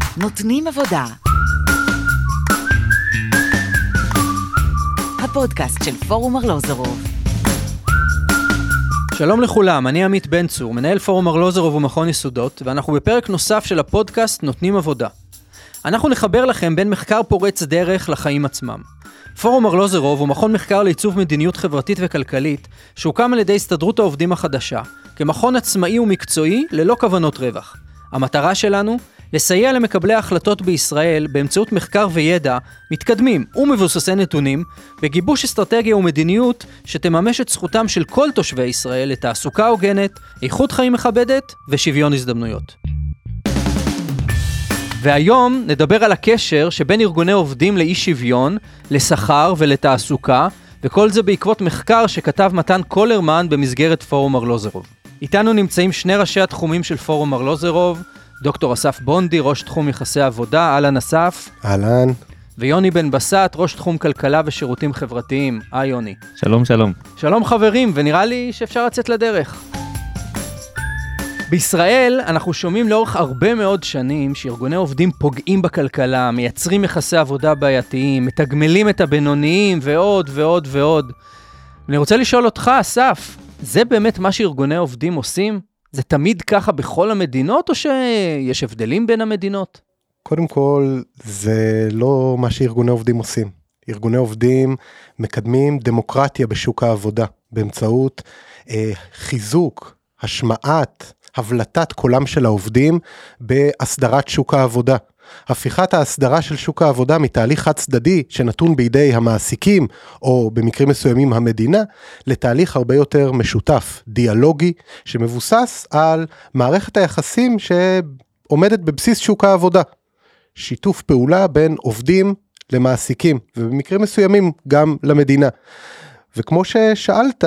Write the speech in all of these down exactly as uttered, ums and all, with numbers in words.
נותנים עבודה. הפודקאסט של פורום ארלוזורוב. שלום לכולם, אני עמית בן צור, מנהל פורום ארלוזורוב ומכון יסודות, ואנחנו בפרק נוסף של הפודקאסט נותנים עבודה. אנחנו נחבר לכם בין מחקר פורץ דרך לחיים עצמם. פורום ארלוזורוב הוא מכון מחקר לעיצוב מדיניות חברתית וכלכלית, שהוקם על ידי הסתדרות העובדים החדשה, כמכון עצמאי ומקצועי ללא כוונות רווח. המטרה שלנו, לסייע למקבלי ההחלטות בישראל באמצעות מחקר וידע מתקדמים ומבוססי נתונים, בגיבוש אסטרטגיה ומדיניות שתממש את זכותם של כל תושבי ישראל לתעסוקה הוגנת, איכות חיים מכבדת ושוויון הזדמנויות. והיום נדבר על הקשר שבין ארגוני עובדים לאי שוויון, לשכר ולתעסוקה, וכל זה בעקבות מחקר שכתב מתן קולרמן במסגרת פורום ארלוזורוב. איתנו נמצאים שני ראשי התחומים של פורום ארלוזורוב, דוקטור אסף בונדי, ראש תחום יחסי עבודה, אהלן אסף. אהלן. ויוני בן בסט, ראש תחום כלכלה ושירותים חברתיים. היי יוני. שלום, שלום. שלום חברים, ונראה לי שאפשר לצאת לדרך. בישראל אנחנו שומעים לאורך הרבה מאוד שנים שארגוני עובדים פוגעים בכלכלה, מייצרים יחסי עבודה בעייתיים, מתגמלים את הבינוניים ועוד ועוד ועוד. אני רוצה לשאול אותך, אסף, זה באמת מה שארגוני עובדים עושים? זה תמיד ככה בכל המדינות, או שיש הבדלים בין המדינות? קודם כל, זה לא מה שארגוני עובדים עושים. ארגוני עובדים מקדמים דמוקרטיה בשוק העבודה, באמצעות אה, חיזוק, השמעת, הבלטת קולם של העובדים בהסדרת שוק העבודה. הפיכת ההסדרה של שוק העבודה מתהליך חד צדדי שנתון בידי המעסיקים או במקרים מסוימים המדינה, לתהליך הרבה יותר משותף, דיאלוגי, שמבוסס על מערכת היחסים שעומדת בבסיס שוק העבודה. שיתוף פעולה בין עובדים למעסיקים, ובמקרים מסוימים גם למדינה. וכמו ששאלת,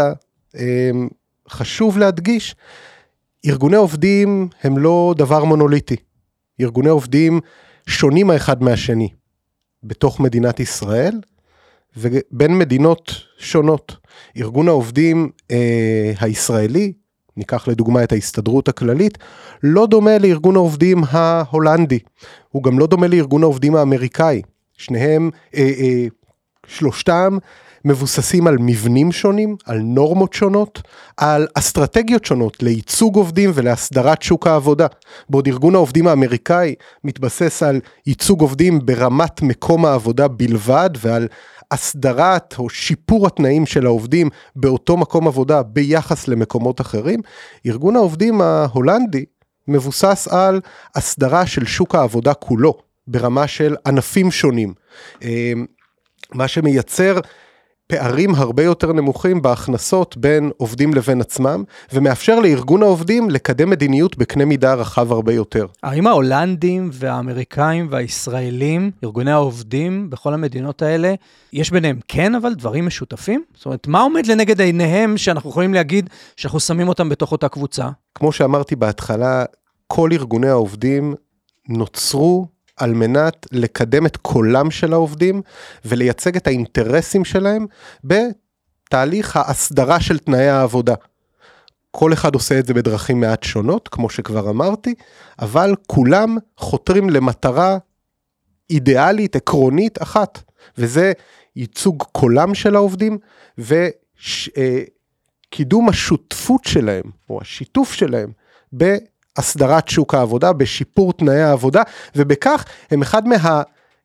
חשוב להדגיש, ארגוני עובדים הם לא דבר מונוליטי. ארגוני עובדים שונים האחד מהשני, בתוך מדינת ישראל, ובין מדינות שונות. ארגון העובדים אה, הישראלי, ניקח לדוגמה את ההסתדרות הכללית, לא דומה לארגון העובדים ההולנדי, הוא גם לא דומה לארגון העובדים האמריקאי. שניהם, אה, אה, שלושתם, מבוססים על מבנים שונים, על נורמות שונות, על אסטרטגיות שונות לייצוג עובדים ולהסדרת שוק העבודה. בעוד ארגון העובדים האמריקאי מתבסס על ייצוג עובדים ברמת מקום העבודה בלבד, ועל הסדרת או שיפור התנאים של העובדים באותו מקום עבודה ביחס למקומות אחרים. ארגון העובדים ההולנדי מבוסס על הסדרה של שוק העבודה כולו, ברמה של ענפים שונים. מה שמייצר פערים הרבה יותר נמוכים בהכנסות בין עובדים לבין עצמם, ומאפשר לארגון העובדים לקדם מדיניות בקנה מידה רחב הרבה יותר. האם ההולנדים והאמריקאים והישראלים, ארגוני העובדים בכל המדינות האלה, יש ביניהם כן, אבל דברים משותפים? זאת אומרת, מה עומד לנגד עיניהם שאנחנו יכולים להגיד שאנחנו שמים אותם בתוך אותה קבוצה? כמו שאמרתי בהתחלה, כל ארגוני העובדים נוצרו על מנת לקדם את קולם של העובדים, ולייצג את האינטרסים שלהם, בתהליך ההסדרה של תנאי העבודה. כל אחד עושה את זה בדרכים מעט שונות, כמו שכבר אמרתי, אבל כולם חותרים למטרה אידיאלית, עקרונית אחת, וזה ייצוג קולם של העובדים, וקידום השותפות שלהם, או השיתוף שלהם, ב הסדרת שוק העבודה, בשיפור תנאי העבודה, ובכך הם אחד מה,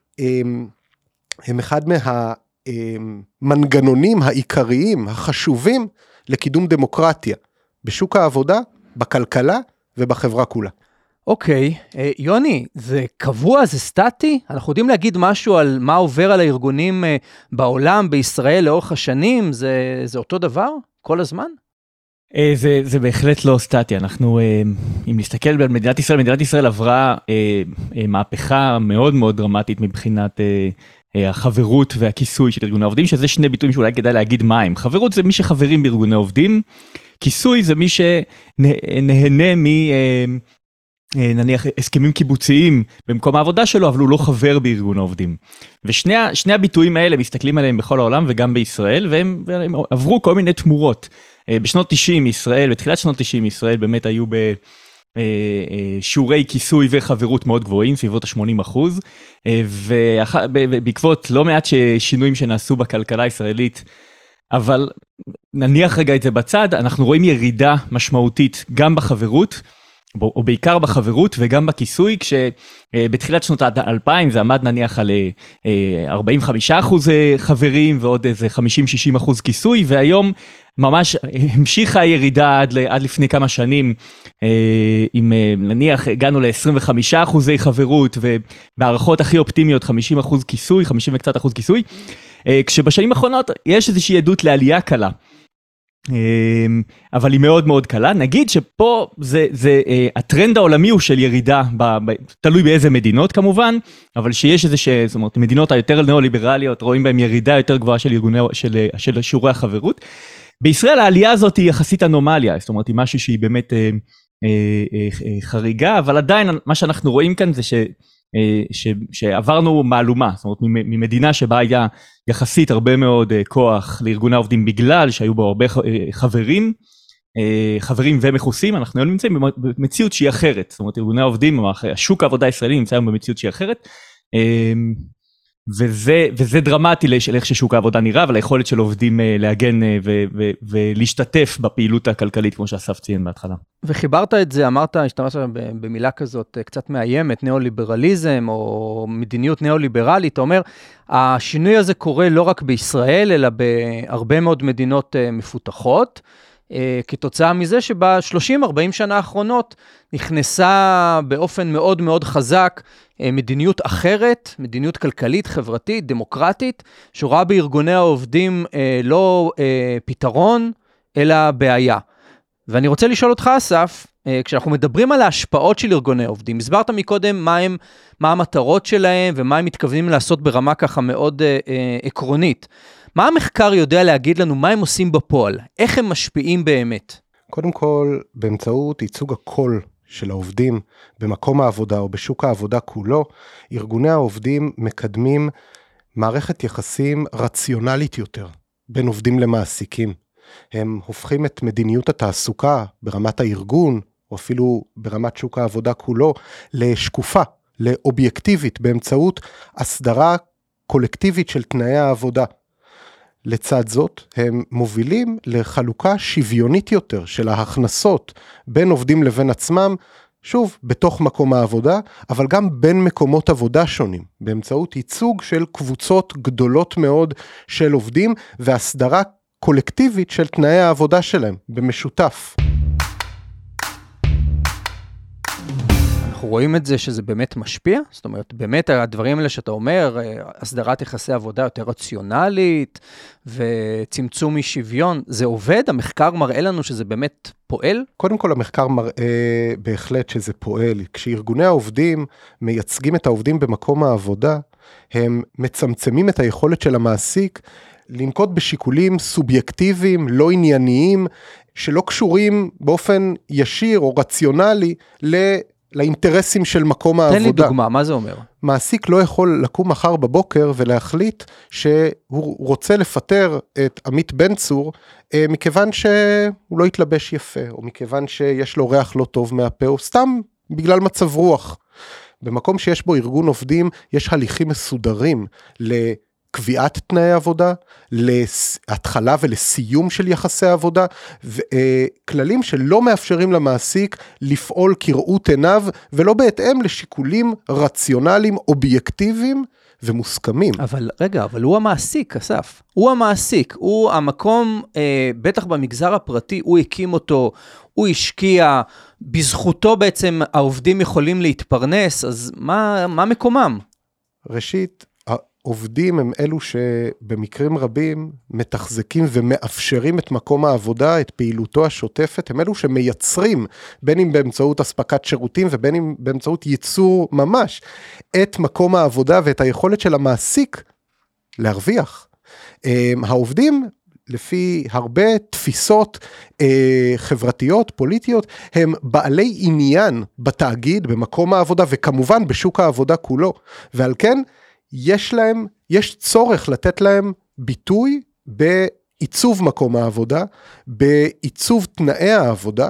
הם אחד מהמנגנונים העיקריים, החשובים, לקידום דמוקרטיה, בשוק העבודה, בכלכלה ובחברה כולה. אוקיי, יוני, זה קבוע, זה סטטי? אנחנו יודעים להגיד משהו על מה עובר על הארגונים בעולם, בישראל, לאורך השנים? זה, זה אותו דבר? כל הזמן? זה, זה בהחלט לא סטטי. אנחנו, אם נסתכל במדינת ישראל, מדינת ישראל עברה מהפכה מאוד מאוד דרמטית מבחינת החברות והכיסוי של ארגוני העובדים, שזה שני ביטויים שאולי כדאי להגיד מה הם. חברות זה מי שחברים בארגוני עובדים, כיסוי זה מי שנהנה מ... נניח הסכמים קיבוציים במקום העבודה שלו, אבל הוא לא חבר בארגון העובדים. ושני שני הביטויים האלה מסתכלים עליהם בכל העולם וגם בישראל, והם, והם עברו כל מיני תמורות. בשנות תשעים ישראל, בתחילת שנות תשעים ישראל באמת היו שיעורי כיסוי וחברות מאוד גבוהים, סביבות ה-שמונים אחוז, ובעקבות לא מעט שינויים שנעשו בכלכלה הישראלית, אבל נניח רגע את זה בצד, אנחנו רואים ירידה משמעותית גם בחברות, או בעיקר בחברות וגם בכיסוי, כשבתחילת שנות האלפיים זה עמד נניח על ארבעים וחמישה אחוז חברים ועוד איזה חמישים שישים אחוז כיסוי, והיום ממש המשיכה הירידה עד, עד לפני כמה שנים, אם נניח הגענו ל-עשרים וחמישה אחוזי חברות, ובערכות הכי אופטימיות חמישים אחוז כיסוי, חמישים וקצת אחוז כיסוי, כשבשנים האחרונות יש איזושהי עדות לעלייה קלה. אבל היא מאוד מאוד קלה, נגיד שפה זה, זה, הטרנד העולמי הוא של ירידה, ב, ב, תלוי באיזה מדינות כמובן, אבל שיש איזה, ש, זאת אומרת, מדינות היותר נאו-ליברליות, רואים בהם ירידה יותר גבוהה של, ארגוני, של, של שיעורי החברות. בישראל העלייה הזאת היא יחסית אנומליה, זאת אומרת, היא משהו שהיא באמת אה, אה, אה, חריגה, אבל עדיין מה שאנחנו רואים כאן זה ש... ש, שעברנו מהלומה, זאת אומרת ממדינה שבה היה יחסית הרבה מאוד כוח לארגוני העובדים בגלל שהיו בו הרבה חברים, חברים ומחוסים, אנחנו היום נמצאים במציאות שהיא אחרת, זאת אומרת ארגוני העובדים, השוק העבודה הישראלי נמצא היום במציאות שהיא אחרת, וזה, וזה דרמטי לאיך ששוק העבודה נראה, וליכולת של עובדים להגן ו, ו, ולהשתתף בפעילות הכלכלית, כמו שאסף ציין בהתחלה. וחיברת את זה, אמרת, השתמשת במילה כזאת קצת מאיימת, ניאו-ליברליזם, או מדיניות ניאו-ליברלית, אתה אומר, השינוי הזה קורה לא רק בישראל, אלא בהרבה מאוד מדינות מפותחות, כתוצאה מזה שב-שלושים ארבעים שנה האחרונות נכנסה באופן מאוד מאוד חזק מדיניות אחרת, מדיניות כלכלית, חברתית, דמוקרטית, שרואה בארגוני העובדים לא פתרון, אלא בעיה. ואני רוצה לשאול אותך, אסף, כשאנחנו מדברים על ההשפעות של ארגוני עובדים, הסברת מקודם מה הם, מה המטרות שלהם ומה הם מתכוונים לעשות ברמה ככה מאוד עקרונית. מה המחקר יודע להגיד לנו, מה הם עושים בפועל? איך הם משפיעים באמת? קודם כל, באמצעות ייצוג הקול של העובדים במקום העבודה או בשוק העבודה כולו, ארגוני העובדים מקדמים מערכת יחסים רציונלית יותר בין עובדים למעסיקים. הם הופכים את מדיניות התעסוקה ברמת הארגון, או אפילו ברמת שוק העבודה כולו, לשקופה, לאובייקטיבית, באמצעות הסדרה קולקטיבית של תנאי העבודה. לצד זאת, הם מובילים לחלוקה שוויונית יותר של ההכנסות בין עובדים לבין עצמם, שוב, בתוך מקום העבודה, אבל גם בין מקומות עבודה שונים, באמצעות ייצוג של קבוצות גדולות מאוד של עובדים, והסדרה קולקטיבית של תנאי העבודה שלהם, במשותף. אנחנו רואים את זה שזה באמת משפיע, זאת אומרת, באמת הדברים האלה שאתה אומר, הסדרת יחסי עבודה יותר רציונלית, וצמצום משוויון, זה עובד? המחקר מראה לנו שזה באמת פועל? קודם כל המחקר מראה בהחלט שזה פועל, כשארגוני העובדים מייצגים את העובדים במקום העבודה, הם מצמצמים את היכולת של המעסיק, לנקוט בשיקולים סובייקטיביים, לא ענייניים, שלא קשורים באופן ישיר או רציונלי ל... לאינטרסים של מקום העבודה. תן לי דוגמה, מה זה אומר? מעסיק לא יכול לקום מחר בבוקר ולהחליט שהוא רוצה לפטר את עמית בן צור, מכיוון שהוא לא יתלבש יפה, או מכיוון שיש לו ריח לא טוב מהפה, או סתם בגלל מצב רוח. במקום שיש בו ארגון עובדים, יש הליכים מסודרים לקביעת תנאי עבודה, להתחלה ולסיום של יחסי עבודה, וכללים שלא מאפשרים למעסיק לפעול כראות עיניו, ולא בהתאם לשיקולים רציונליים, אובייקטיביים ומוסכמים. אבל רגע, אבל הוא המעסיק, אסף. הוא המעסיק, הוא המקום, אה, בטח במגזר הפרטי, הוא הקים אותו, הוא השקיע, בזכותו בעצם העובדים יכולים להתפרנס, אז מה, מה מקומם? ראשית, עובדים הם אלו שבמקרים רבים מתחזקים ומאפשרים את מקום העבודה, את פעילותו השוטפת, הם אלו שמייצרים, בין אם באמצעות הספקת שירותים ובין אם באמצעות ייצור ממש, את מקום העבודה ואת היכולת של המעסיק להרוויח. העובדים, לפי הרבה תפיסות אה, חברתיות, פוליטיות, הם בעלי עניין בתאגיד, במקום העבודה וכמובן בשוק העבודה כולו, ועל כן, יש להם, יש צורך לתת להם ביטוי בעיצוב מקום העבודה, בעיצוב תנאי העבודה,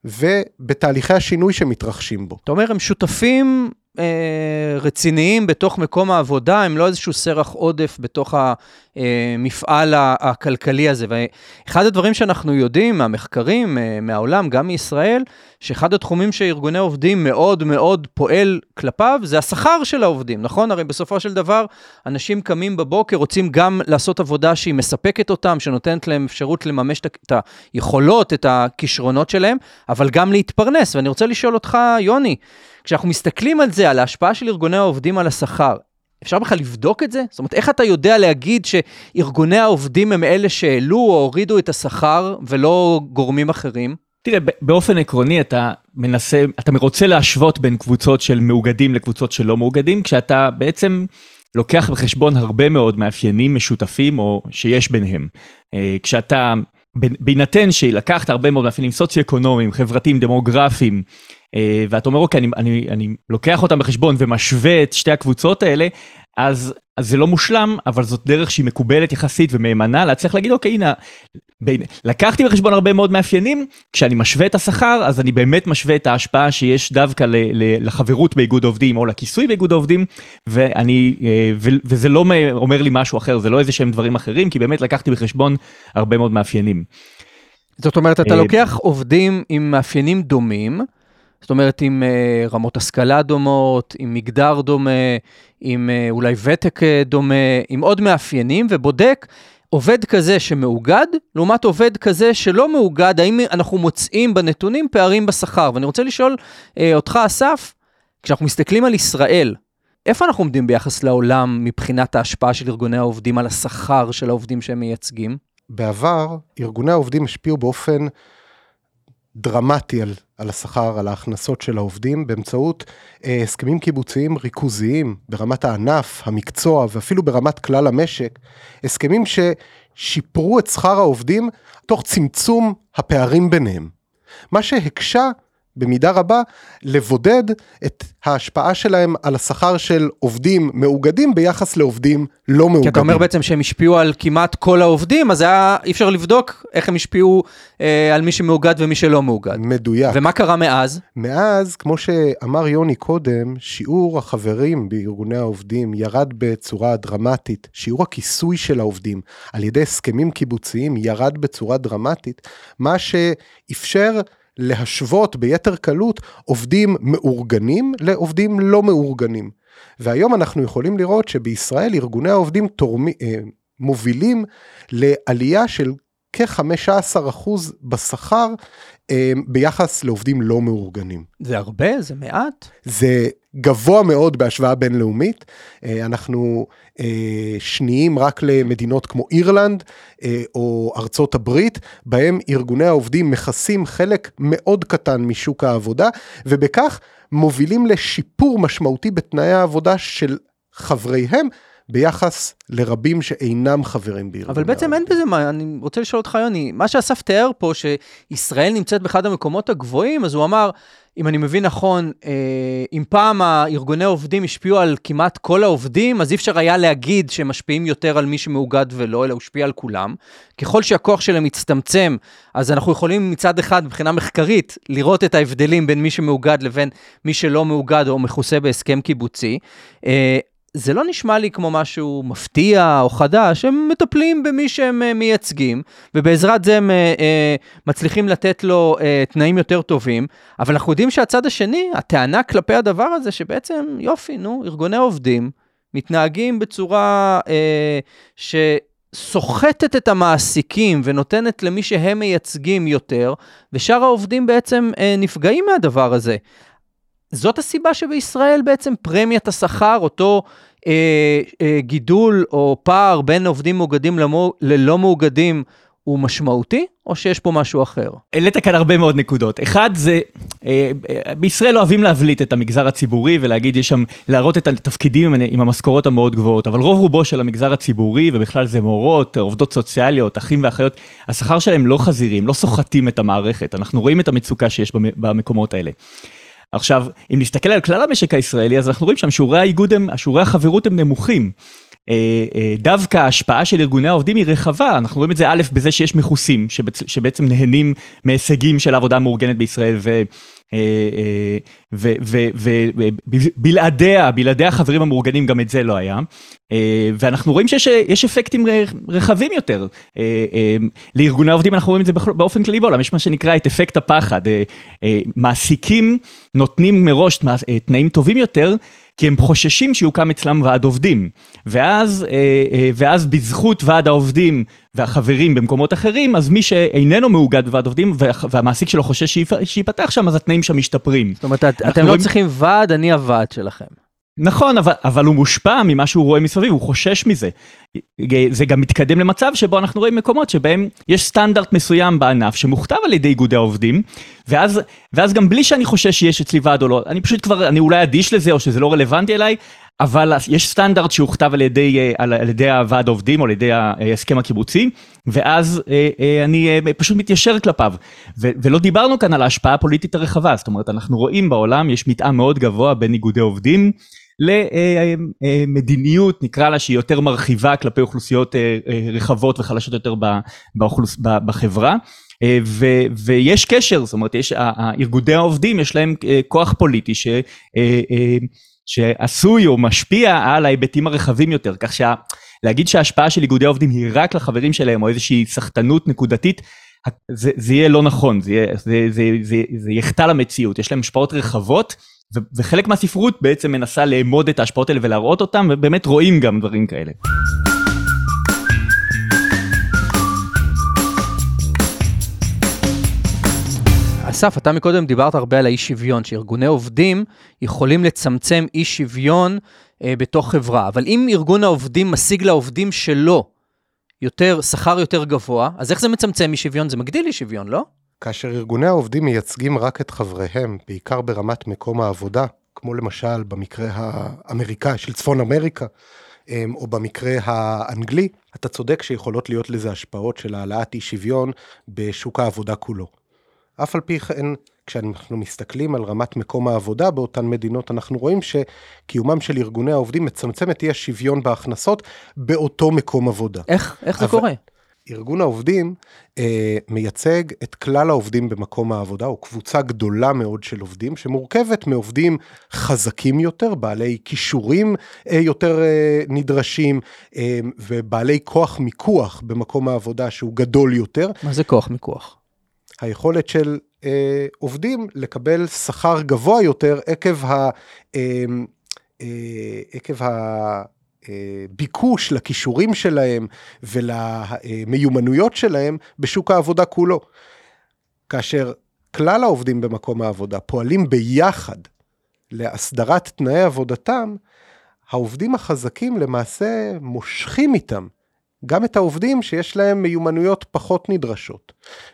ובתהליכי השינוי שמתרחשים בו. אתה אומר, הם שותפים אה, רציניים בתוך מקום העבודה, הם לא איזשהו סרח עודף בתוך המפעל הכלכלי הזה. ואחד הדברים שאנחנו יודעים מהמחקרים, מהעולם, גם מישראל, שאחד התחומים שארגוני עובדים מאוד מאוד פועל כלפיו, זה השכר של העובדים, נכון? הרי בסופו של דבר, אנשים קמים בבוקר, רוצים גם לעשות עבודה שהיא מספקת אותם, שנותנת להם אפשרות לממש את היכולות, את הכישרונות שלהם, אבל גם להתפרנס. ואני רוצה לשאול אותך, יוני, כשאנחנו מסתכלים על זה, על ההשפעה של ארגוני העובדים על השכר, אפשר בכלל לבדוק את זה? זאת אומרת, איך אתה יודע להגיד שארגוני העובדים הם אלה שהעלו או הורידו את השכר ולא גורמים אחרים? תראה, באופן עקרוני אתה מנסה, אתה רוצה להשוות בין קבוצות של מאוגדים לקבוצות של לא מאוגדים, כשאתה בעצם לוקח בחשבון הרבה מאוד מאפיינים משותפים או שיש ביניהם. כשאתה, בהינתן שלקחת הרבה מאוד מאפיינים סוציו-אקונומיים, חברתיים, דמוגרפיים, ואתה אומר, אוקיי, אני, אני, אני לוקח אותם בחשבון ומשווה את שתי הקבוצות האלה, אז, אז זה לא מושלם, אבל זאת דרך שהיא מקובלת יחסית ומאמנה, להצליח להגיד, אוקיי, הנה, בין, לקחתי בחשבון הרבה מאוד מאפיינים, כשאני משווה את השכר, אז אני באמת משווה את ההשפעה שיש דווקא ל, ל, לחברות באיגוד עובדים, או לכיסוי באיגוד עובדים, ואני, ו, וזה לא אומר לי משהו אחר, זה לא איזה שהם דברים אחרים, כי באמת לקחתי בחשבון הרבה מאוד מאפיינים. זאת אומרת, אתה לוקח עובדים עם מאפיינים דומים, זאת אומרת, עם uh, רמות השכלה דומות, עם מגדר דומה, עם uh, אולי ותק דומה, עם עוד מאפיינים, ובודק עובד כזה שמאוגד, לעומת עובד כזה שלא מאוגד, האם אנחנו מוצאים בנתונים פערים בשכר. ואני רוצה לשאול uh, אותך, אסף, כשאנחנו מסתכלים על ישראל, איפה אנחנו עומדים ביחס לעולם מבחינת ההשפעה של ארגוני העובדים על השכר של העובדים שהם מייצגים? בעבר, ארגוני העובדים השפיעו באופן דרמטי על, על השכר, על ההכנסות של העובדים, באמצעות אה, הסכמים קיבוציים ריכוזיים, ברמת הענף, המקצוע, ואפילו ברמת כלל המשק, הסכמים ששיפרו את שכר העובדים, תוך צמצום הפערים ביניהם. מה שהקשה במידה רבה, לבודד את ההשפעה שלהם על השכר של עובדים מאוגדים, ביחס לעובדים לא מאוגדים. כי אתה אומר בעצם שהם השפיעו על כמעט כל העובדים, אז היה אי אפשר לבדוק איך הם השפיעו אה, על מי שמאוגד ומי שלא מאוגד. מדויק. ומה קרה מאז? מאז, כמו שאמר יוני קודם, שיעור החברים בארגוני העובדים ירד בצורה דרמטית, שיעור הכיסוי של העובדים על ידי הסכמים קיבוציים ירד בצורה דרמטית, מה שאפשר להשוות ביתר קלות עובדים מאורגנים לעובדים לא מאורגנים. והיום אנחנו יכולים לראות שבישראל ארגוני העובדים תורמי, מובילים לעלייה של כ-חמישה עשר אחוז בשכר ביחס לעובדים לא מאורגנים. זה הרבה? זה מעט? זה גבוה מאוד בהשוואה בינלאומית. אנחנו שניים רק למדינות כמו אירלנד או ארצות הברית, בהם ארגוני העובדים מכסים חלק מאוד קטן משוק העבודה, ובכך מובילים לשיפור משמעותי בתנאי העבודה של חבריהם, ביחס לרבים שאינם חברים בארגוני. אבל בעצם אין בזה מה, אני רוצה לשאול אותך יוני, מה שאסף תיאר פה, שישראל נמצאת באחד המקומות הגבוהים, אז הוא אמר, אם אני מבין נכון, אם פעם הארגוני העובדים השפיעו על כמעט כל העובדים, אז אי אפשר היה להגיד שהם משפיעים יותר על מי שמאוגד ולא, אלא הוא השפיע על כולם. ככל שהכוח שלהם מצטמצם, אז אנחנו יכולים מצד אחד, מבחינה מחקרית, לראות את ההבדלים בין מי שמאוגד לבין מי שלא מאוגד או מכוסה בהסכם קיבוצי. זה לא נשמע לי כמו משהו מפתיע או חדש, הם מטפלים במי שהם מייצגים, ובעזרת זה הם מצליחים לתת לו תנאים יותר טובים, אבל אנחנו יודעים שהצד השני, הטענה כלפי הדבר הזה, שבעצם יופי, נו, ארגוני עובדים, מתנהגים בצורה שסוחטת את המעסיקים, ונותנת למי שהם מייצגים יותר, ושאר העובדים בעצם נפגעים מהדבר הזה. זאת הסיבה שבישראל בעצם פרמיית השכר, אותו אה, אה, גידול או פער בין עובדים מאוגדים למו, ללא מאוגדים, הוא משמעותי, או שיש פה משהו אחר? העלית כאן הרבה מאוד נקודות. אחד זה, אה, בישראל אוהבים להבליט את המגזר הציבורי, ולהגיד יש שם, להראות את התפקידים עם, עם המשכורות המאוד גבוהות, אבל רוב רובו של המגזר הציבורי, ובכלל זה מורות, עובדות סוציאליות, אחים ואחיות, השכר שלהם לא חזירים, לא סוחטים את המערכת. אנחנו רואים את המצוקה שיש במקומות האלה. עכשיו, אם נסתכל על כלל המשק הישראלי, אז אנחנו רואים שם שיעורי האיגוד הם, שיעורי החברות הם נמוכים. דווקא ההשפעה של ארגוני העובדים היא רחבה, אנחנו רואים את זה א' בזה שיש מחוסים, שבעצם נהנים מהישגים של העבודה המאורגנת בישראל, ו... ובלעדיה, בלעדיה החברים המאורגנים גם את זה לא היה, ואנחנו רואים שיש אפקטים רחבים יותר לארגוני העובדים, אנחנו רואים את זה באופן כללי בעולם, יש מה שנקרא את אפקט הפחד, מעסיקים נותנים מראש תנאים טובים יותר, כי הם חוששים שיוקם אצלם ועד עובדים, ואז, ואז בזכות ועד העובדים והחברים במקומות אחרים, אז מי שאיננו מאוגד בוועד עובדים, והמעסיק שלו חושש שיפתח שם, אז התנאים שם משתפרים. זאת אומרת, אתם לא צריכים ועד, אני הוועד שלכם. נכון, אבל, אבל הוא מושפע ממה שהוא רואה מסביב, הוא חושש מזה. זה גם מתקדם למצב שבו אנחנו רואים מקומות שבהם יש סטנדרט מסוים בענף שמוכתב על ידי איגודי העובדים, ואז, ואז גם בלי שאני חושש שיש אצלי ועד או לא, אני פשוט כבר, אני אולי אדיש לזה או שזה לא רלוונטי אליי, אבל יש סטנדרט שהוכתב על ידי, על, על ידי הוועד העובדים או על ידי ההסכם הקיבוצי, ואז אני פשוט מתיישר כלפיו. ו, ולא דיברנו כאן על ההשפעה הפוליטית הרחבה, זאת אומרת, אנחנו רואים בעולם, יש מתאם מאוד גבוה בין איגודי עובדים, למדיניות, נקרא לה, שהיא יותר מרחיבה כלפי אוכלוסיות רחבות וחלשות יותר באוכלוס, בחברה, ו, ויש קשר, זאת אומרת, יש, הארגודי העובדים יש להם כוח פוליטי ש, שעשוי או משפיע על ההיבטים הרחבים יותר, כך שלהגיד שההשפעה של איגודי העובדים היא רק לחברים שלהם, או איזושהי סחטנות נקודתית, זה, זה יהיה לא נכון, זה, יהיה, זה, זה, זה, זה יחטא למציאות, יש להם השפעות רחבות, וחלק מהספרות בעצם מנסה לאמוד את ההשפעות האלה ולהראות אותם, ובאמת רואים גם דברים כאלה. אסף, אתה מקודם דיברת הרבה על האי שוויון, שארגוני עובדים יכולים לצמצם אי שוויון אה, בתוך חברה, אבל אם ארגון העובדים משיג לעובדים שלו יותר, שכר יותר גבוה, אז איך זה מצמצם אי שוויון? זה מגדיל אי שוויון, לא? כאשר ארגוני העובדים מייצגים רק את חבריהם, בעיקר ברמת מקום העבודה, כמו למשל במקרה האמריקאי של צפון אמריקה, או במקרה האנגלי, אתה צודק שיכולות להיות לזה השפעות של העלאת אי שוויון בשוק העבודה כולו. אף על פי כן, כשאנחנו מסתכלים על רמת מקום העבודה באותן מדינות, אנחנו רואים שקיומם של ארגוני העובדים מצמצם את אי השוויון בהכנסות באותו מקום עבודה. איך, איך זה אבל... קורה? ארגון העובדים אה, מייצג את כלל העובדים במקום העבודה, או קבוצה גדולה מאוד של עובדים, שמורכבת מעובדים חזקים יותר, בעלי כישורים אה, יותר אה, נדרשים, אה, ובעלי כוח מיקוח במקום העבודה שהוא גדול יותר. מה זה כוח מיקוח? היכולת של אה, עובדים לקבל שכר גבוה יותר עקב ה... אה, אה, עקב ה... ביקוש לכישורים שלהם ולמיומנויות שלהם בשוק העבודה כולו. כאשר כלל העובדים במקום העבודה פועלים ביחד להסדרת תנאי עבודתם, העובדים החזקים למעשה מושכים איתם גם את העובדים שיש להם מיומנויות פחות נדרשות.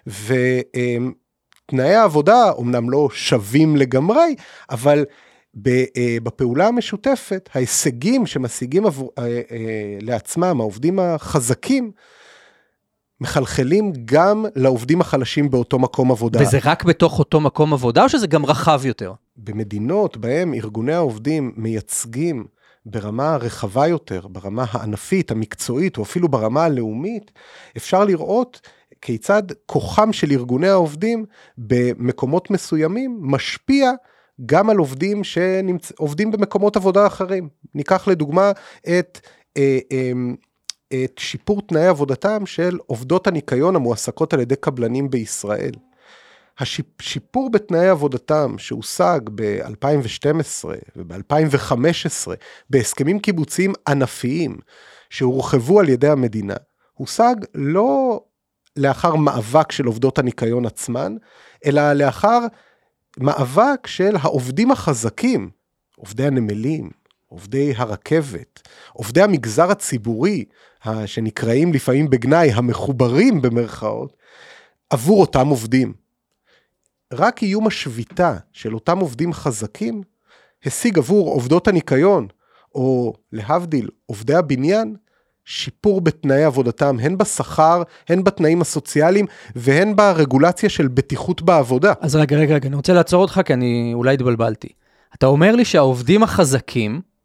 ותנאי העבודה אומנם לא שווים לגמרי, אבל בפעולה המשותפת, ההישגים שמשיגים עבור, לעצמם, העובדים החזקים, מחלחלים גם לעובדים החלשים באותו מקום עבודה. וזה רק בתוך אותו מקום עבודה, או שזה גם רחב יותר? במדינות בהם ארגוני העובדים מייצגים ברמה רחבה יותר, ברמה הענפית, המקצועית, או אפילו ברמה הלאומית, אפשר לראות כיצד כוחם של ארגוני העובדים במקומות מסוימים משפיע גם על עובדים שעובדים במקומות עבודה אחרים. ניקח לדוגמה את, את שיפור תנאי עבודתם של עובדות הניקיון המועסקות על ידי קבלנים בישראל. השיפור בתנאי עבודתם שהושג ב-אלפיים ושתים עשרה וב-אלפיים וחמש עשרה בהסכמים קיבוציים ענפיים שהורחבו על ידי המדינה, הושג לא לאחר מאבק של עובדות הניקיון עצמן, אלא לאחר מאבק של העובדים החזקים, עובדי הנמלים, עובדי הרכבת, עובדי המגזר הציבורי, שנקראים לפעמים בגנאי המחוברים במרכאות, עבור אותם עובדים. רק איום השביתה של אותם עובדים חזקים, השיג עבור עובדות הניקיון, או להבדיל עובדי הבניין, שיפור בתנאי עבודתם, הן בשכר, הן בתנאים הסוציאליים, והן ברגולציה של בטיחות בעבודה. אז רגע, רגע, רגע, אני רוצה לעצור אותך, כי אני אולי התבלבלתי. אתה אומר לי שהעובדים החזקים,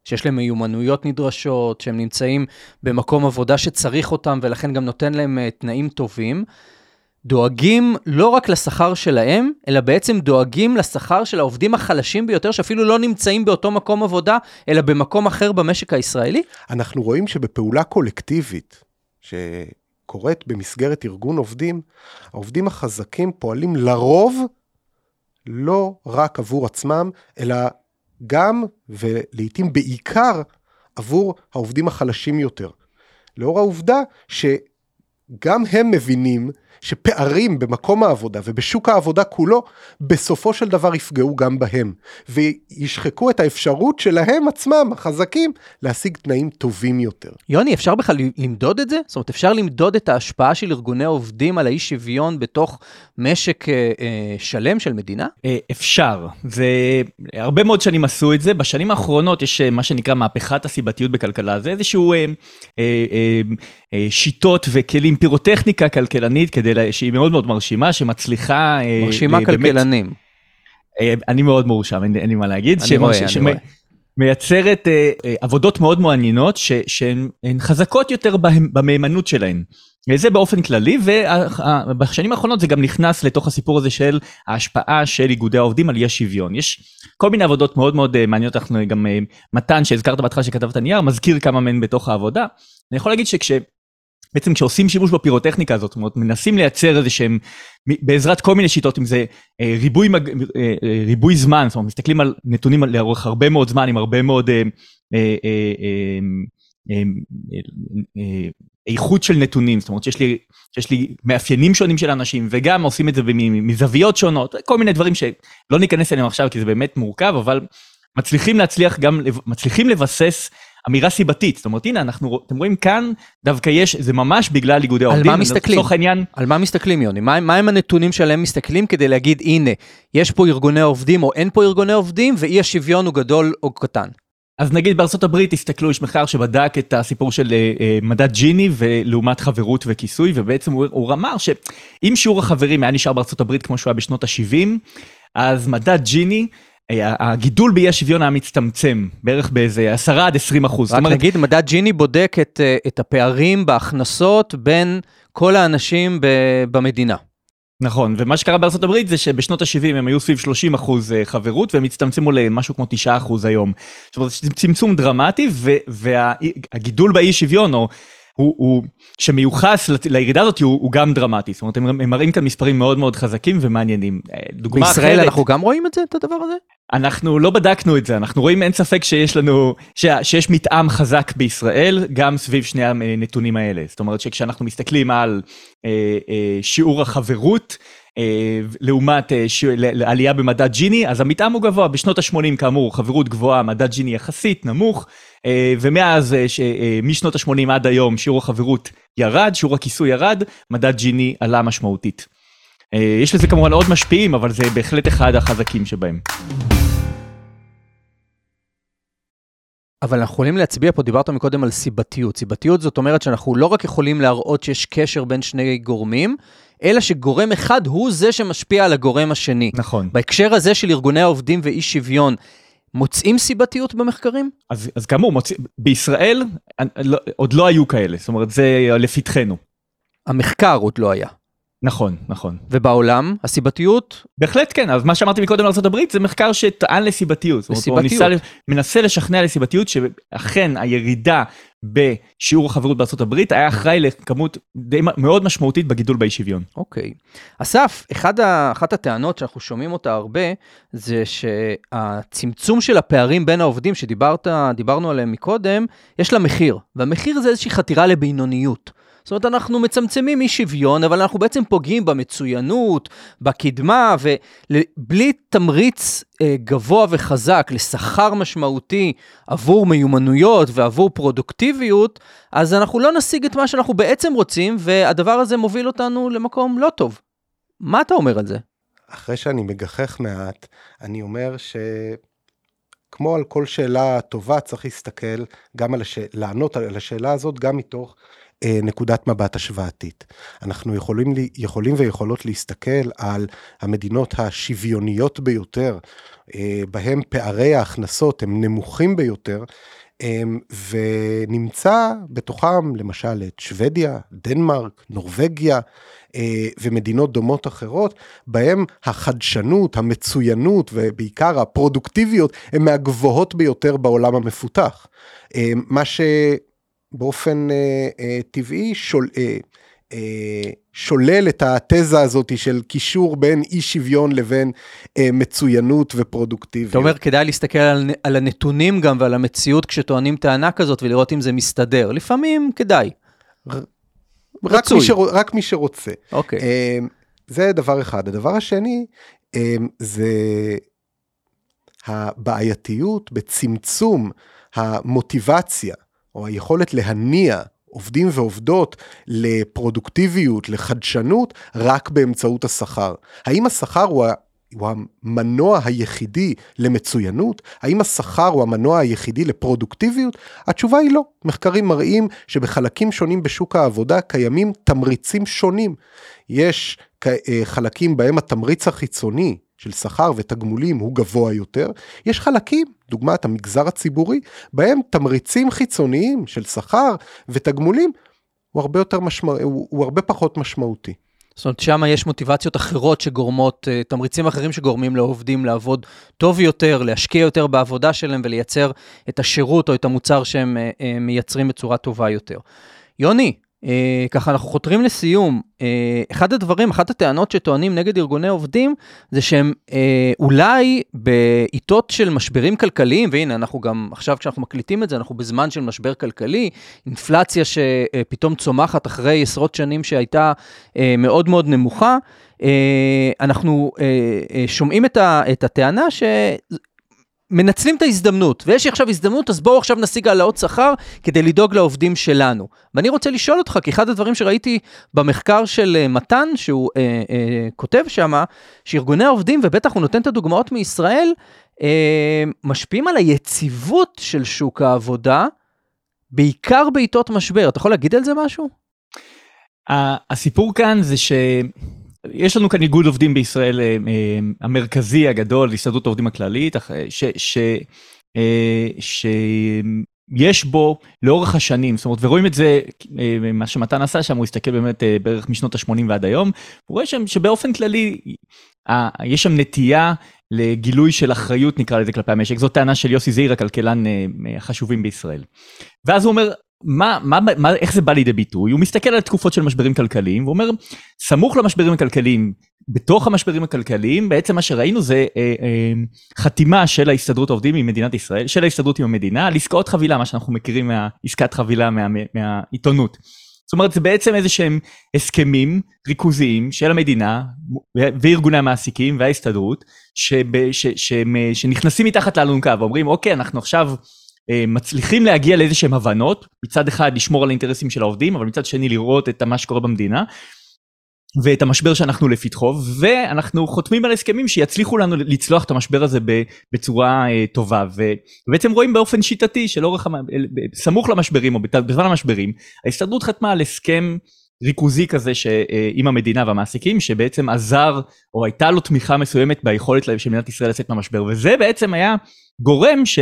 שיש להם מיומנויות נדרשות, שהם נמצאים במקום עבודה שצריך אותם, ולכן גם נותן להם תנאים טובים, דואגים לא רק לשכר שלהם, אלא בעצם דואגים לשכר של העובדים החלשים ביותר, שאפילו לא נמצאים באותו מקום עבודה, אלא במקום אחר במשק הישראלי? אנחנו רואים שבפעולה קולקטיבית, שקורית במסגרת ארגון עובדים, העובדים החזקים פועלים לרוב, לא רק עבור עצמם, אלא גם ולעיתים בעיקר עבור העובדים החלשים יותר. לאור העובדה שגם הם מבינים שפערים במקום העבודה ובשוק העבודה כולו, בסופו של דבר יפגעו גם בהם, וישחקו את האפשרות שלהם עצמם, החזקים, להשיג תנאים טובים יותר. יוני, אפשר בכלל למדוד את זה? זאת אומרת, אפשר למדוד את ההשפעה של ארגוני עובדים על האי שוויון בתוך משק אה, אה, שלם של מדינה? אפשר. זה, הרבה מאוד שנים עשו את זה. בשנים האחרונות יש מה שנקרא מהפכת הסיבתיות בכלכלה. זה איזשהו אה, אה, אה, שיטות וכלים, פירוטכניקה כלכלנית, כדי שהיא מאוד מאוד מרשימה, שמצליחה... מרשימה כלכלנים. אני מאוד מורשם, אין לי מה להגיד. אני רואה, אני רואה. מייצרת עבודות מאוד מעניינות, שהן חזקות יותר במהימנות שלהן. זה באופן כללי, ובשנים האחרונות זה גם נכנס לתוך הסיפור הזה של ההשפעה של איגודי העובדים על אי השוויון. יש כל מיני עבודות מאוד מאוד מעניינות, אנחנו גם מתן שהזכרת בהתחלה שכתבת נייר, מזכיר כמה מהן בתוך העבודה. אני יכול להגיד שכש... בעצם כשעושים שימוש בפירוטכניקה הזאת, זאת אומרת, מנסים לייצר איזה שהם, בעזרת כל מיני שיטות, אם זה ריבוי, ריבוי זמן, זאת אומרת, מסתכלים על נתונים לאורך הרבה מאוד זמן, עם הרבה מאוד איכות של נתונים, זאת אומרת, שיש לי, שיש לי מאפיינים שונים של אנשים, וגם עושים את זה מזוויות שונות, כל מיני דברים שלא ניכנס אליהם עכשיו, כי זה באמת מורכב, אבל מצליחים להצליח גם, מצליחים לבסס אמירה סיבתית, זאת אומרת, הנה, אנחנו, אתם רואים כאן, דווקא יש, זה ממש בגלל איגודי העובדים. על מה מסתכלים? העניין... על מה מסתכלים, יוני? מה, מה הם הנתונים שעליהם מסתכלים כדי להגיד, הנה, יש פה ארגוני עובדים או אין פה ארגוני עובדים, ואי השוויון הוא גדול או קטן? אז נגיד בארצות הברית הסתכלו, יש מחקר שבדק את הסיפור של uh, מדד ג'יני, ולעומת חברות וכיסוי, ובעצם הוא, הוא אמר שאם שיעור החברים היה נשאר בארצות הברית כמו שהוא היה בשנות ה-שבעים, אז מדד ג'יני, הגידול באי השוויון היה מצטמצם, בערך באיזה עשרה עד עשרים אחוז. רק נגיד, מדד ג'יני בודק את, את הפערים בהכנסות בין כל האנשים במדינה. נכון, ומה שקרה בארצות הברית זה שבשנות ה-שבעים הם היו סביב שלושים אחוז חברות, והם הצטמצמו למשהו כמו תשעה אחוז היום. זאת אומרת, זה צמצום דרמטי, והגידול באי שוויון, או... הוא, הוא, שמיוחס לירידה הזאת, הוא, הוא גם דרמטי. זאת אומרת, הם, הם מראים כאן מספרים מאוד מאוד חזקים ומעניינים. דוגמה בישראל אחרת, אנחנו גם רואים את זה, את הדבר הזה? אנחנו לא בדקנו את זה, אנחנו רואים, אין ספק שיש לנו, ש, שיש מתאם חזק בישראל, גם סביב שני הנתונים האלה. זאת אומרת, שכשאנחנו מסתכלים על אה, אה, שיעור החברות, אה, לעומת אה, ש... לעלייה במדד ג'יני, אז המתאם הוא גבוה. בשנות ה-שמונים, כאמור, חברות גבוהה, מדד ג'יני יחסית נמוך, ומאז, משנות ה-שמונים עד היום, שיעור החברות ירד, שיעור הכיסוי ירד, מדד ג'יני עלה משמעותית. יש לזה כמובן עוד משפיעים, אבל זה בהחלט אחד החזקים שבהם. אבל אנחנו יכולים להצביע פה, דיברת מקודם על סיבתיות. סיבתיות זאת אומרת שאנחנו לא רק יכולים להראות שיש קשר בין שני גורמים, אלא שגורם אחד הוא זה שמשפיע על הגורם השני. נכון. בהקשר הזה של ארגוני העובדים ואי שוויון, מוצאים סיבתיות במחקרים? אז, אז כאמור, מוצא, בישראל עוד לא היו כאלה, זאת אומרת, זה לפתחנו. המחקר עוד לא היה. נכון, נכון. ובעולם, הסיבתיות? בהחלט כן, אז מה שאמרתי מקודם לארצות הברית, זה מחקר שטען לסיבתיות. לסיבתיות. ניסה, מנסה לשכנע לסיבתיות, שאכן הירידה בשיעור החברות בארצות הברית, היה אחראי לכמות די מאוד משמעותית בגידול באי שוויון. אוקיי. אסף, אחד ה, אחת הטענות שאנחנו שומעים אותה הרבה, זה שהצמצום של הפערים בין העובדים, שדיברת, דיברנו עליהם מקודם, יש לה מחיר, והמחיר זה איזושהי חתירה לבינוניות. זאת אומרת, אנחנו מצמצמים אי שוויון, אבל אנחנו בעצם פוגעים במצוינות, בקדמה, ובלי תמריץ גבוה וחזק לשכר משמעותי עבור מיומנויות ועבור פרודוקטיביות, אז אנחנו לא נשיג את מה שאנחנו בעצם רוצים, והדבר הזה מוביל אותנו למקום לא טוב. מה אתה אומר על זה? אחרי שאני מגחך מעט, אני אומר ש... כמו על כל שאלה טובה, צריך להסתכל גם על השאלה, לענות על השאלה הזאת, גם מתוך נקודת מבט השוואתית. אנחנו יכולים, יכולים ויכולות להסתכל על המדינות השוויוניות ביותר, בהם פערי ההכנסות הם נמוכים ביותר, ונמצא בתוכם למשל את שוודיה, דנמרק, נורווגיה ומדינות דומות אחרות, בהם החדשנות, המצוינות ובעיקר הפרודוקטיביות הם מהגבוהות ביותר בעולם המפותח. מה שבאופן טבעי שול, שולל את התזה הזאת של קישור בין אי שוויון לבין מצוינות ופרודוקטיביות. אתה אומר, כדאי להסתכל על, על הנתונים גם ועל המציאות כשטוענים טענה כזאת ולראות אם זה מסתדר. לפעמים כדאי. רק מי, שרוצ... רק מי שרוצה. אוקיי. זה דבר אחד. הדבר השני, זה הבעייתיות בצמצום המוטיבציה, או היכולת להניע עובדים ועובדות לפרודוקטיביות, לחדשנות, רק באמצעות השכר. האם השכר הוא ה... הוא המנוע היחידי למצוינות? האם השכר הוא המנוע היחידי לפרודוקטיביות? התשובה היא לא. מחקרים מראים שבחלקים שונים בשוק העבודה קיימים תמריצים שונים. יש חלקים בהם התמריץ החיצוני של שכר ותגמולים הוא גבוה יותר. יש חלקים, דוגמת המגזר הציבורי, בהם תמריצים חיצוניים של שכר ותגמולים הוא הרבה יותר משמע... הוא, הוא הרבה פחות משמעותי. זאת אומרת, שם יש מוטיבציות אחרות שגורמות, תמריצים אחרים שגורמים לעובדים לעבוד טוב יותר, להשקיע יותר בעבודה שלהם ולייצר את השירות או את המוצר שהם מייצרים בצורה טובה יותר. יוני, ככה אנחנו חותרים לסיום. אחד הדברים, אחת הטענות שטוענים נגד ארגוני עובדים, זה שהם אולי בעיתות של משברים כלכליים, והנה אנחנו גם עכשיו כשאנחנו מקליטים את זה, אנחנו בזמן של משבר כלכלי, אינפלציה שפתאום צומחת אחרי עשרות שנים שהייתה מאוד מאוד נמוכה, אנחנו שומעים את הטענה ש... מנצלים את ההזדמנות, ויש לי עכשיו הזדמנות, אז בואו עכשיו נשיג העלאות שכר, כדי לדאוג לעובדים שלנו. ואני רוצה לשאול אותך, כי אחד הדברים שראיתי במחקר של מתן, שהוא אה, אה, כותב שם, שארגוני העובדים, ובטח הוא נותן את הדוגמאות מישראל, אה, משפיעים על היציבות של שוק העבודה, בעיקר בעיתות משבר. אתה יכול להגיד על זה משהו? הסיפור כאן זה ש... יש לנו כאן איגוד עובדים בישראל, המרכזי הגדול, הסתדרות העובדים הכללית, שיש בו לאורך השנים, זאת אומרת, ורואים את זה, מה שמתן עשה שם, הוא הסתכל באמת בערך משנות ה-שמונים ועד היום, הוא רואה שם שבאופן כללי, יש שם נטייה לגילוי של אחריות, נקרא לזה כלפי המשק, זאת טענה של יוסי זעיר, הכלכלן החשובים בישראל. ואז הוא אומר, מה, מה, מה, איך זה בא לידי ביטוי? הוא מסתכל על תקופות של משברים כלכליים, והוא אומר, סמוך למשברים הכלכליים, בתוך המשברים הכלכליים, בעצם מה שראינו זה אה, אה, חתימה של ההסתדרות העובדים עם מדינת ישראל, של ההסתדרות עם המדינה, על עסקאות חבילה, מה שאנחנו מכירים מהעסקת חבילה מה, מהעיתונות. זאת אומרת, זה בעצם איזה שהם הסכמים ריכוזיים של המדינה, וארגוני המעסיקים וההסתדרות, שב, ש, ש, ש, שנכנסים מתחת לאלונקה, ואומרים, אוקיי, אנחנו עכשיו... מצליחים להגיע לאיזה שהם הבנות, מצד אחד לשמור על האינטרסים של העובדים, אבל מצד שני לראות את מה שקורה במדינה, ואת המשבר שאנחנו לפתחו, ואנחנו חותמים על הסכמים שיצליחו לנו לצלוח את המשבר הזה בצורה טובה, ובעצם רואים באופן שיטתי של אורך, סמוך למשברים או בזמן המשברים, ההסתדרות חתמה על הסכם ריכוזי כזה עם המדינה והמעסיקים, שבעצם עזר, או הייתה לו תמיכה מסוימת ביכולת של מדינת ישראל לצאת מהמשבר, וזה בעצם היה גורם ש...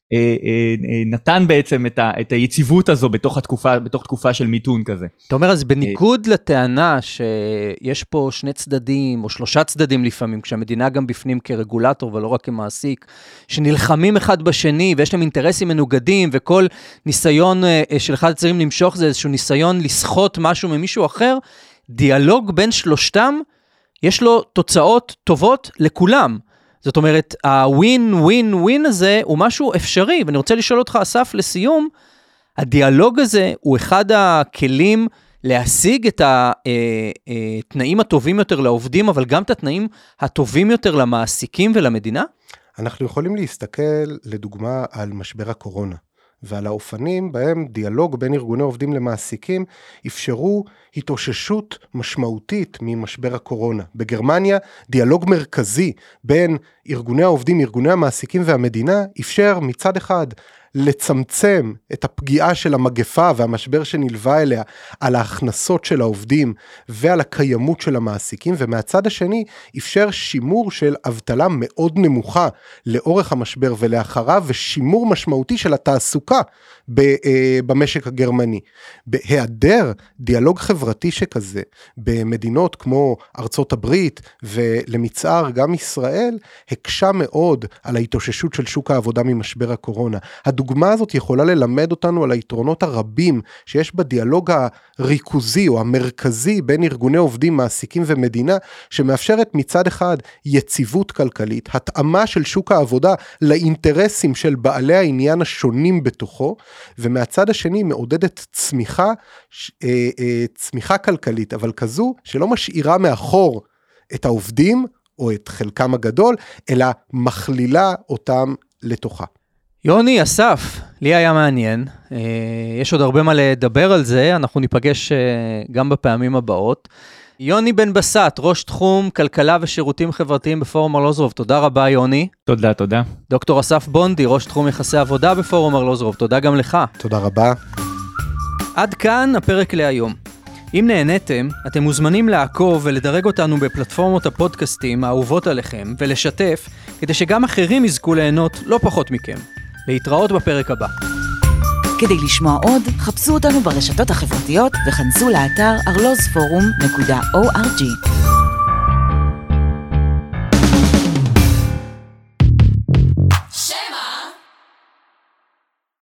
נתן בעצם את, ה, את היציבות הזו בתוך התקופה, בתוך תקופה של מיתון כזה. אתה אומר, אז בניגוד לטענה שיש פה שני צדדים, או שלושה צדדים לפעמים, כשהמדינה גם בפנים כרגולטור ולא רק כמעסיק, שנלחמים אחד בשני, ויש להם אינטרסים מנוגדים, וכל ניסיון של אחד הצדדים למשוך זה איזשהו ניסיון לסחוט משהו ממישהו אחר, דיאלוג בין שלושתם, יש לו תוצאות טובות לכולם. זאת אומרת, הווין, ווין, ווין הזה הוא משהו אפשרי, ואני רוצה לשאול אותך, אסף, לסיום, הדיאלוג הזה הוא אחד הכלים להשיג את התנאים הטובים יותר לעובדים, אבל גם את התנאים הטובים יותר למעסיקים ולמדינה? אנחנו יכולים להסתכל, לדוגמה, על משבר הקורונה. ועל האופנים בהם דיאלוג בין ארגוני עובדים למעסיקים אפשרו התאוששות משמעותית ממשבר הקורונה. בגרמניה דיאלוג מרכזי בין ארגוני העובדים, ארגוני המעסיקים והמדינה אפשר מצד אחד לצמצם את הפגיעה של המגפה והמשבר שנלווה אליה על ההכנסות של העובדים ועל הקיימות של המעסיקים, ומהצד השני אפשר שימור של אבטלה מאוד נמוכה לאורך המשבר ולאחריו, ושימור משמעותי של התעסוקה במשק הגרמני. בהיעדר דיאלוג חברתי שכזה במדינות כמו ארצות הברית ולמצער גם ישראל, הקשה מאוד על ההתאוששות של שוק העבודה ממשבר הקורונה. הדוגמה הזאת יכולה ללמד אותנו על היתרונות הרבים שיש בדיאלוג הריכוזי או המרכזי בין ארגוני עובדים, מעסיקים ומדינה, שמאפשרת מצד אחד יציבות כלכלית, התאמה של שוק העבודה לאינטרסים של בעלי העניין השונים בתוכו, ומהצד השני מעודדת צמיחה, צמיחה כלכלית, אבל כזו שלא משאירה מאחור את העובדים או את חלקם הגדול, אלא מכלילה אותם לתוכה. יוני, אסף, לי היה מעניין, יש עוד הרבה מה לדבר על זה, אנחנו ניפגש גם בפעמים הבאות. יוני בן בסט, ראש תחום כלכלה ושירותים חברתיים בפורום ארלוזורוב, תודה רבה יוני. תודה, תודה. דוקטור אסף בונדי, ראש תחום יחסי עבודה בפורום ארלוזורוב, תודה גם לך. תודה רבה. עד כאן הפרק להיום. אם נהניתם, אתם מוזמנים לעקוב ולדרג אותנו בפלטפורמות הפודקאסטים האהובות עליכם, ולשתף, כדי שגם אחרים יזכו ליהנות לא פחות מכם. להתראות בפרק הבא. כדי לשמוע עוד, חפשו אותנו ברשתות החברתיות וכנסו לאתר ארלוז פורום נקודה או אר ג'י.